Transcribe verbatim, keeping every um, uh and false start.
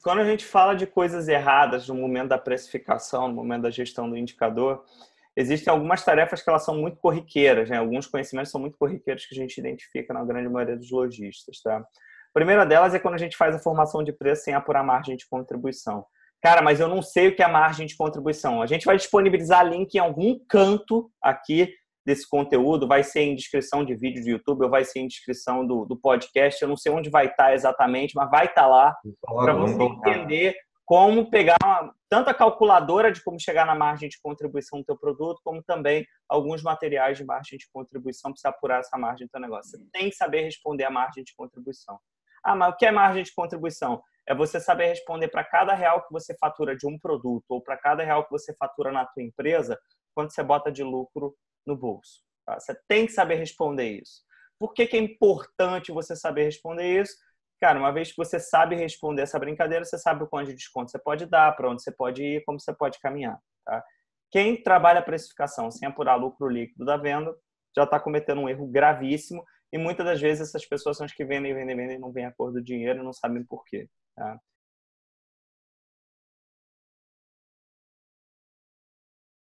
quando a gente fala de coisas erradas no momento da precificação, no momento da gestão do indicador, existem algumas tarefas que elas são muito corriqueiras, né? Alguns conhecimentos são muito corriqueiros que a gente identifica na grande maioria dos lojistas, tá? A primeira delas é quando a gente faz a formação de preço sem apurar margem de contribuição. Cara, mas eu não sei o que é margem de contribuição. A gente vai disponibilizar link em algum canto aqui desse conteúdo, vai ser em descrição de vídeo do YouTube, ou vai ser em descrição do, do podcast, eu não sei onde vai estar exatamente, mas vai estar lá para você entender como pegar uma, tanto a calculadora de como chegar na margem de contribuição do teu produto, como também alguns materiais de margem de contribuição para você apurar essa margem do teu negócio. Você tem que saber responder a margem de contribuição. Ah, mas o que é margem de contribuição? É você saber responder para cada real que você fatura de um produto ou para cada real que você fatura na tua empresa, quanto você bota de lucro no bolso. Tá? Você tem que saber responder isso. Por que que é importante você saber responder isso? Cara, uma vez que você sabe responder essa brincadeira, você sabe o quanto de desconto você pode dar, para onde você pode ir, como você pode caminhar. Tá? Quem trabalha a precificação sem apurar lucro líquido da venda já está cometendo um erro gravíssimo e muitas das vezes essas pessoas são as que vendem, vendem, vendem, não vêm a cor do dinheiro e não sabem por quê. Tá?